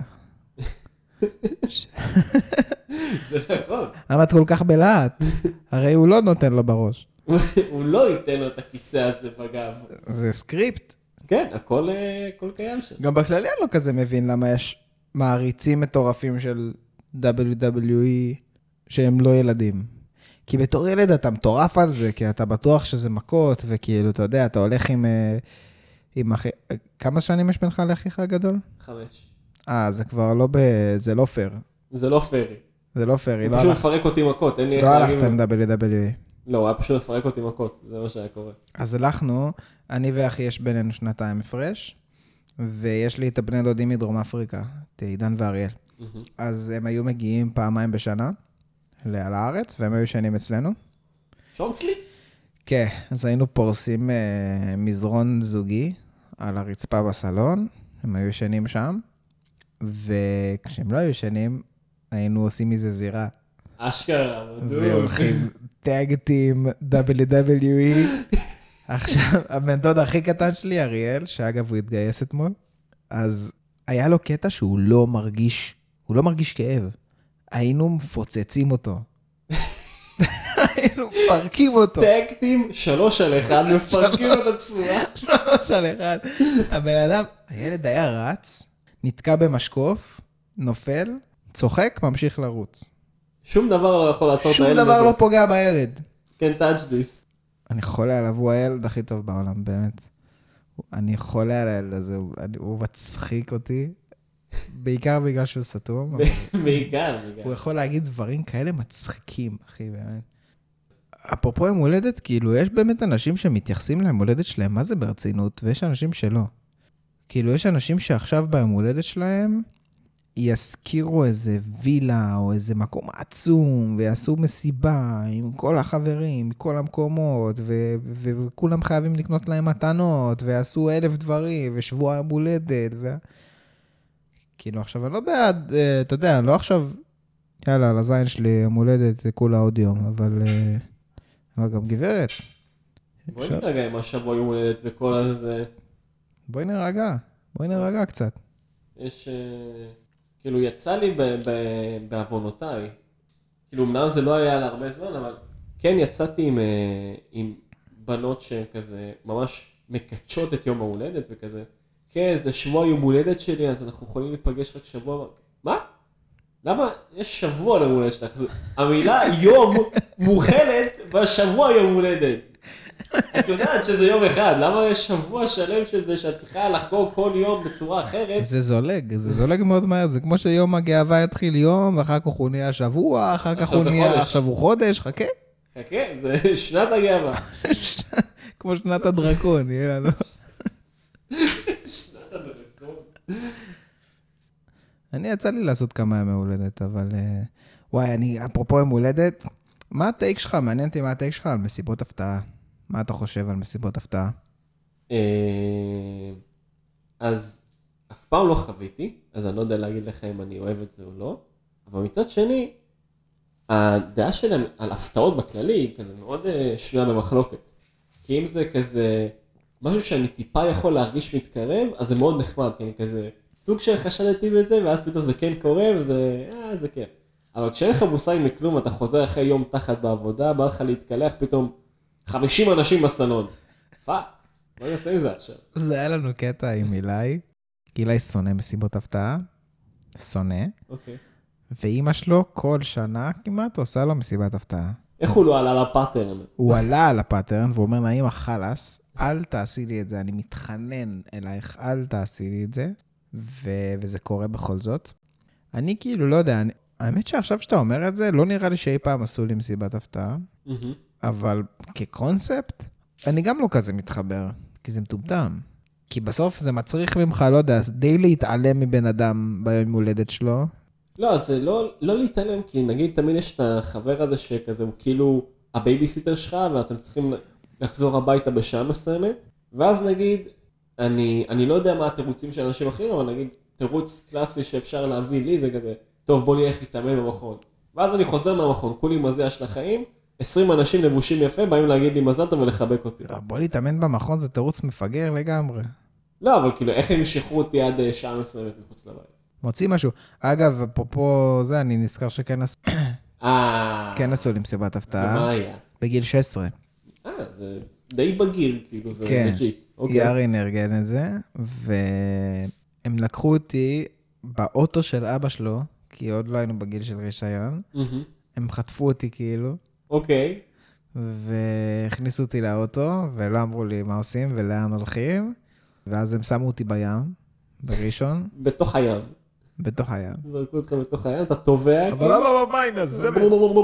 זה נכון. למה את כל כך בלהט? הרי הוא לא נותן לו בראש. הוא לא ייתן לו את הכיסא הזה בגב. זה סקריפט. כן, הכל, הכל קיים שם. גם בכללי אני לא כזה מבין למה יש מעריצים מטורפים של דאבליו דאבליו אי שהם לא ילדים. כי בתור ילד אתה מטורף על זה, כי אתה בטוח שזה מכות, וכאילו, אתה יודע, אתה הולך עם... עם אחי... כמה שנים יש בינך לאחיך הגדול? חמש. אה, זה כבר לא ב... זה לא פייר. זה לא פיירי. זה לא פייר. הוא פשוט מפרק אותי מכות, אין לי איך לא להגיד... הלכת עם דאבליו דאבליו אי. לא, הוא היה פשוט מפרק אותי מכות, זה מה שהיה קורה. אז הלכנו, אני ואחי יש בינינו שנתיים הפרש, ויש לי את הבני דודים מדרום אפריקה, את עידן ואריאל. אז הם היו מגיעים פעמיים בשנה על הארץ, והם היו שנים אצלנו. שונצלי? כן, אז היינו פורסים אה, מזרון זוגי על הרצפה בסלון, הם היו שנים שם, וכשהם לא היו שנים, היינו עושים מזה זירה. אשכרה, מדהים. והולכים טאג טים דאבליו דאבליו אי. עכשיו, הבן דוד הכי קטן שלי, אריאל, שאגב הוא התגייס אתמול, אז היה לו קטע שהוא לא מרגיש, הוא לא מרגיש כאב. היינו מפוצצים אותו. היינו מפרקים אותו. טאג טים, שלוש על אחד, מפרקים את הצורה. שלוש על אחד. הבן אדם, הילד היה רץ, נתקע במשקוף, נופל, צוחק, ממשיך לרוץ. שום דבר לא יכול לעצור את הילד הזה. שום דבר לא פוגע בילד. כן, touch this. אני חולה עליו, הוא הילד הכי טוב בעולם, באמת. אני חולה על הילד הזה, הוא, הוא מצחיק אותי, בעיקר בגלל שהוא סתום. בעיקר, בעיקר. הוא יכול להגיד דברים כאלה מצחיקים, אחי, באמת. אפרופו עם הולדת, כאילו, יש באמת אנשים שמתייחסים להם הולדת שלהם, מה זה ברצינות, ויש אנשים שלא. כאילו, יש אנשים שעכשיו ביום הולדת שלהם, יזכירו איזה וילה או איזה מקום עצום, ויעשו מסיבה עם כל החברים, מכל המקומות, ו- ו- וכולם חייבים לקנות להם מתנות, ויעשו אלף דברים, ושבוע יום הולדת, ו... כאילו עכשיו אני לא בעד, אתה יודע, אני לא עכשיו, יאללה, על הזין שלי יום הולדת, כולה עוד יום, אבל, אבל גם גברת. בואי נרגע עם השבוע יום הולדת וכל הזה. בואי נרגע, בואי נרגע קצת. יש... כאילו, יצא לי בעוונותיי, כאילו, אמנם זה לא היה להרבה זמן, אבל כן יצאתי עם, עם בנות שכזה ממש מקדשות את יום ההולדת וכזה, כן, זה שבוע יום הולדת שלי, אז אנחנו יכולים להיפגש רק שבוע. מה? למה יש שבוע ליום הולדת שלך? המילה יום מוכלת בשבוע יום הולדת. את יודעת שזה יום אחד, למה יש שבוע שלם של זה שאת צריכה לחגוג כל יום בצורה אחרת? זה זולג, זה זולג מאוד מהר, זה כמו שיום הגאווה יתחיל יום, ואחר כך הוא נהיה שבוע, אחר כך הוא נהיה עכשיו הוא חודש, חכה. חכה, זה שנת הגאווה. כמו שנת הדרקון, יהיה לנו. שנת הדרקון. אני יצא לי לעשות כמה ימי הולדת, אבל וואי, אני אפרופו יום הולדת, מה הטייק שלך? מעניין אותי מה הטייק שלך על מסיבות הפתעה. מה אתה חושב על מסיבות הפתעה? אז אף פעם לא חוויתי, אז אני לא יודע להגיד לך אם אני אוהב את זה או לא, אבל מצד שני, הדעה שלהם על הפתעות בכללי היא כזה מאוד שנויה במחלוקת. כי אם זה כזה משהו שאני טיפה יכול להרגיש מתקרב, אז זה מאוד נחמד, כי אני כזה סוג של חשדתי בזה, ואז פתאום זה כן קורה, וזה, אה, זה כיף. אבל כשאין לך מושג מכלום, אתה חוזר אחרי יום תחת בעבודה, בא לך להתקלח, פתאום חמישים אנשים בסלון. פאק. מה נעשה עם זה עכשיו? זה היה לנו קטע עם אילי. אילי שונא מסיבות הפתעה. שונא. אוקיי. ואימא שלו כל שנה כמעט עושה לו מסיבת הפתעה. איך הוא לא עלה לפאטרן? הוא עלה על הפאטרן והוא אומר, נאמא חלאס, אל תעשי לי את זה, אני מתחנן אלייך, אל תעשי לי את זה. ו- וזה קורה בכל זאת. אני כאילו לא יודע, אני, האמת שעכשיו שאתה אומר את זה, לא נראה לי שאי פעם עשו לי מסיבת הפתעה, אבל כקונספט, אני גם לא כזה מתחבר, כי זה מטומטם. כי בסוף זה מצריך ממך, לא יודע, די להתעלם מבן אדם ביום הולדת שלו. לא, זה לא, לא להתעלם, כי נגיד תמיד יש את החבר הזה שכזה, הוא כאילו הבייביסיטר שלך, ואתם צריכים לחזור הביתה בשעה מסוימת, ואז נגיד, אני, אני לא יודע מה התירוצים של אנשים אחרים, אבל נגיד, תירוץ קלאסי שאפשר להביא לי, זה כזה, טוב, בוא נלך להתאמן במכון. ואז אני חוזר מהמכון, כולי מזיע של החיים, עשרים אנשים לבושים יפה, באים להגיד לי מזל טוב ולחבק אותי. לא, בוא להתאמן במכון, זה תירוץ מפגר לגמרי. לא, אבל כאילו, איך הם ימשכו אותי עד שעה מסוימת מחוץ לבית? מוציא משהו. אגב, אפרופו זה, אני נזכר שכן עשו, אה... כן עשו לי מסיבת הפתעה. ומה היה? בגיל שש עשרה. אה, זה די בגיר, כאילו, זה כן. לג'יט. אוקיי. יארי נארגן את זה, והם לקחו אותי באוטו של אבא שלו, כי עוד לא היינו בגיל של רישיון, מהמם. הם חטפו אותי כאילו, אוקיי. והכניסו אותי לאוטו, ולא אמרו לי מה עושים ולאן הולכים, ואז הם שמו אותי בים, בראשון, בתוך הים. בתוך הים. זרקו אותך בתוך הים, אתה טובע. אבל לא במים, אז זה...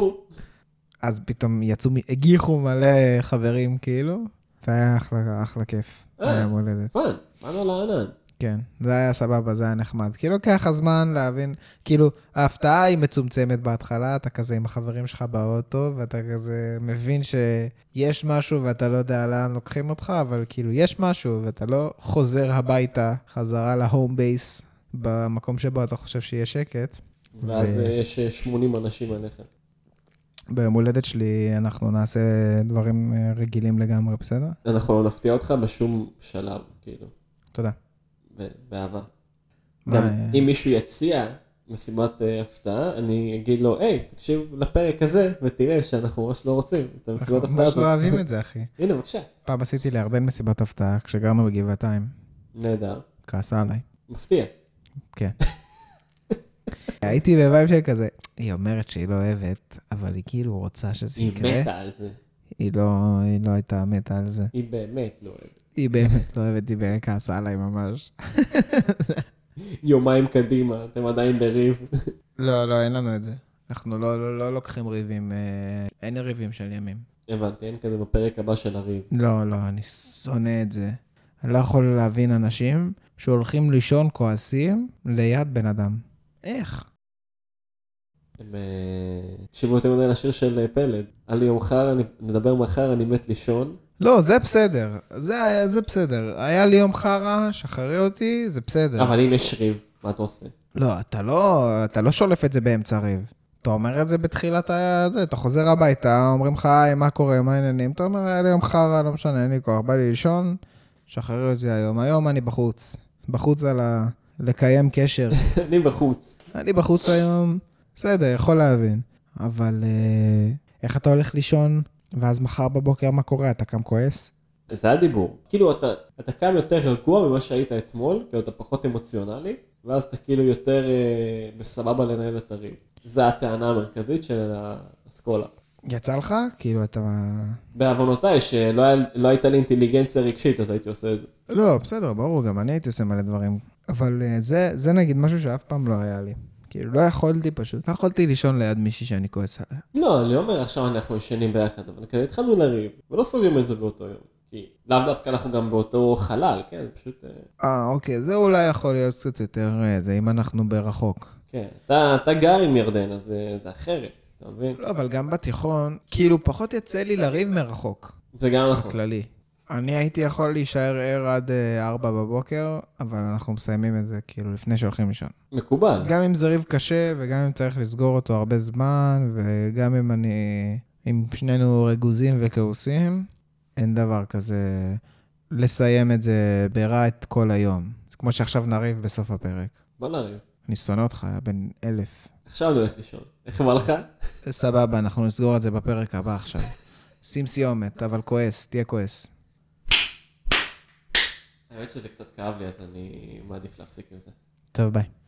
אז פתאום יצאו, הגיחו מלא חברים כאילו, והיה אחלה, אחלה כיף. אה. היה מולדת. פן, באנו לענן. כן, זה היה סבבה, זה היה נחמד. כי לוקח הזמן להבין, כאילו, ההפתעה היא מצומצמת בהתחלה, אתה כזה עם החברים שלך באוטו, ואתה כזה מבין שיש משהו ואתה לא יודע לאן לוקחים אותך, אבל כאילו יש משהו ואתה לא חוזר הביתה, חזרה להום בייס, במקום שבו אתה חושב שיש שקט. ואז ו- יש שמונים אנשים עליך. ביום הולדת שלי אנחנו נעשה דברים אה, רגילים לגמרי, בסדר? אנחנו לא נפתיע אותך בשום שלב, כאילו, תודה. ב- באהבה. מה, גם אה, אם מישהו יציע מסיבת אה, הפתעה, אני אגיד לו, היי, תקשיב לפרק הזה, ותראה שאנחנו ממש לא רוצים את המסיבת אנחנו הפתעה ממש הזאת. לא אוהבים את זה, אחי. הנה, בבקשה. פעם עשיתי לירדן מסיבת הפתעה, כשגרנו בגבעתיים. נהדר. כעסה עליי. מפתיע. כן. הייתי בבייב של כזה, היא אומרת שהיא לא אוהבת, אבל היא כאילו רוצה שזה היא יקרה. מתה על זה. היא לא, היא לא הייתה מתה על זה. היא באמת לא אוהבת. היא באמת לא אוהבת, היא באמת כעסה עליי ממש. יומיים קדימה, אתם עדיין בריב. לא, לא, אין לנו את זה. אנחנו לא, לא, לא לוקחים ריבים, אה, אין ריבים של ימים. הבנתי, אין כזה בפרק הבא של הריב. לא, לא, אני שונא את זה. אני לא יכול להבין אנשים שהולכים לישון כועסים ליד בן אדם. איך? הם תקשיבו יותר מדי לשיר של פלד. על יום חר, אני- נדבר מחר, אני מת לישון. לא, זה בסדר. זה, היה- זה בסדר. היה לי יום חרה, שחררי אותי, זה בסדר. אבל אם יש ריב, מה אתה עושה? לא, אתה לא, אתה לא שולף את זה באמצע ריב. אתה אומר את זה בתחילת ה... זה, אתה חוזר הביתה, אומרים לך, היי, מה קורה, מה העניינים? אתה אומר, היה לי יום חרה, לא משנה, אין לי כוח, בא לי לישון, שחררי אותי היום. היום אני בחוץ. בחוץ על ה... לקיים קשר. אני בחוץ. אני בחוץ היום, בסדר, יכול להבין. אבל אה, איך אתה הולך לישון, ואז מחר בבוקר מה קורה? אתה קם כועס? זה הדיבור. כאילו, אתה, אתה קם יותר רגוע ממה שהיית אתמול, כאילו אתה פחות אמוציונלי, ואז אתה כאילו יותר אה, בסבבה לנהל את הריב. זו הטענה המרכזית של האסכולה. יצא לך? כאילו אתה... בעוונותיי, שלא היה, לא הייתה לי אינטליגנציה רגשית, אז הייתי עושה את זה. לא, בסדר, ברור, גם אני הייתי עושה מלא דברים. אבל אה, זה, זה נגיד משהו שאף פעם לא היה לי. כאילו, לא יכולתי פשוט. לא יכולתי לישון ליד מישהי שאני כועס עליה. לא, אני אומר עכשיו אנחנו ישנים ביחד, אבל כזה התחלנו לריב, ולא סוגרים את זה באותו יום. כי לאו דווקא אנחנו גם באותו חלל, כן? זה פשוט... אה, אה, אוקיי, זה אולי יכול להיות קצת יותר, אה, זה אם אנחנו ברחוק. כן. אתה, אתה גר עם ירדן, אז זה, זה אחרת, אתה מבין? לא, אבל גם בתיכון, כאילו, פחות יצא לי לריב מרחוק. זה גם נכון. כללי. אני הייתי יכול להישאר ער עד ארבע בבוקר, אבל אנחנו מסיימים את זה כאילו לפני שהולכים לישון. מקובל. גם אם זה ריב קשה, וגם אם צריך לסגור אותו הרבה זמן, וגם אם אני, אם שנינו רגוזים וכעוסים, אין דבר כזה לסיים את זה ברע את כל היום. זה כמו שעכשיו נריב בסוף הפרק. בוא נריב. אני שונא אותך, היה בן אלף. עכשיו אני הולך לישון. איך אמר לך? סבבה, אנחנו נסגור את זה בפרק הבא עכשיו. שים סיומת, אבל כועס, תהיה כועס. האמת שזה קצת כאב לי, אז אני מעדיף להפסיק עם זה. טוב, ביי.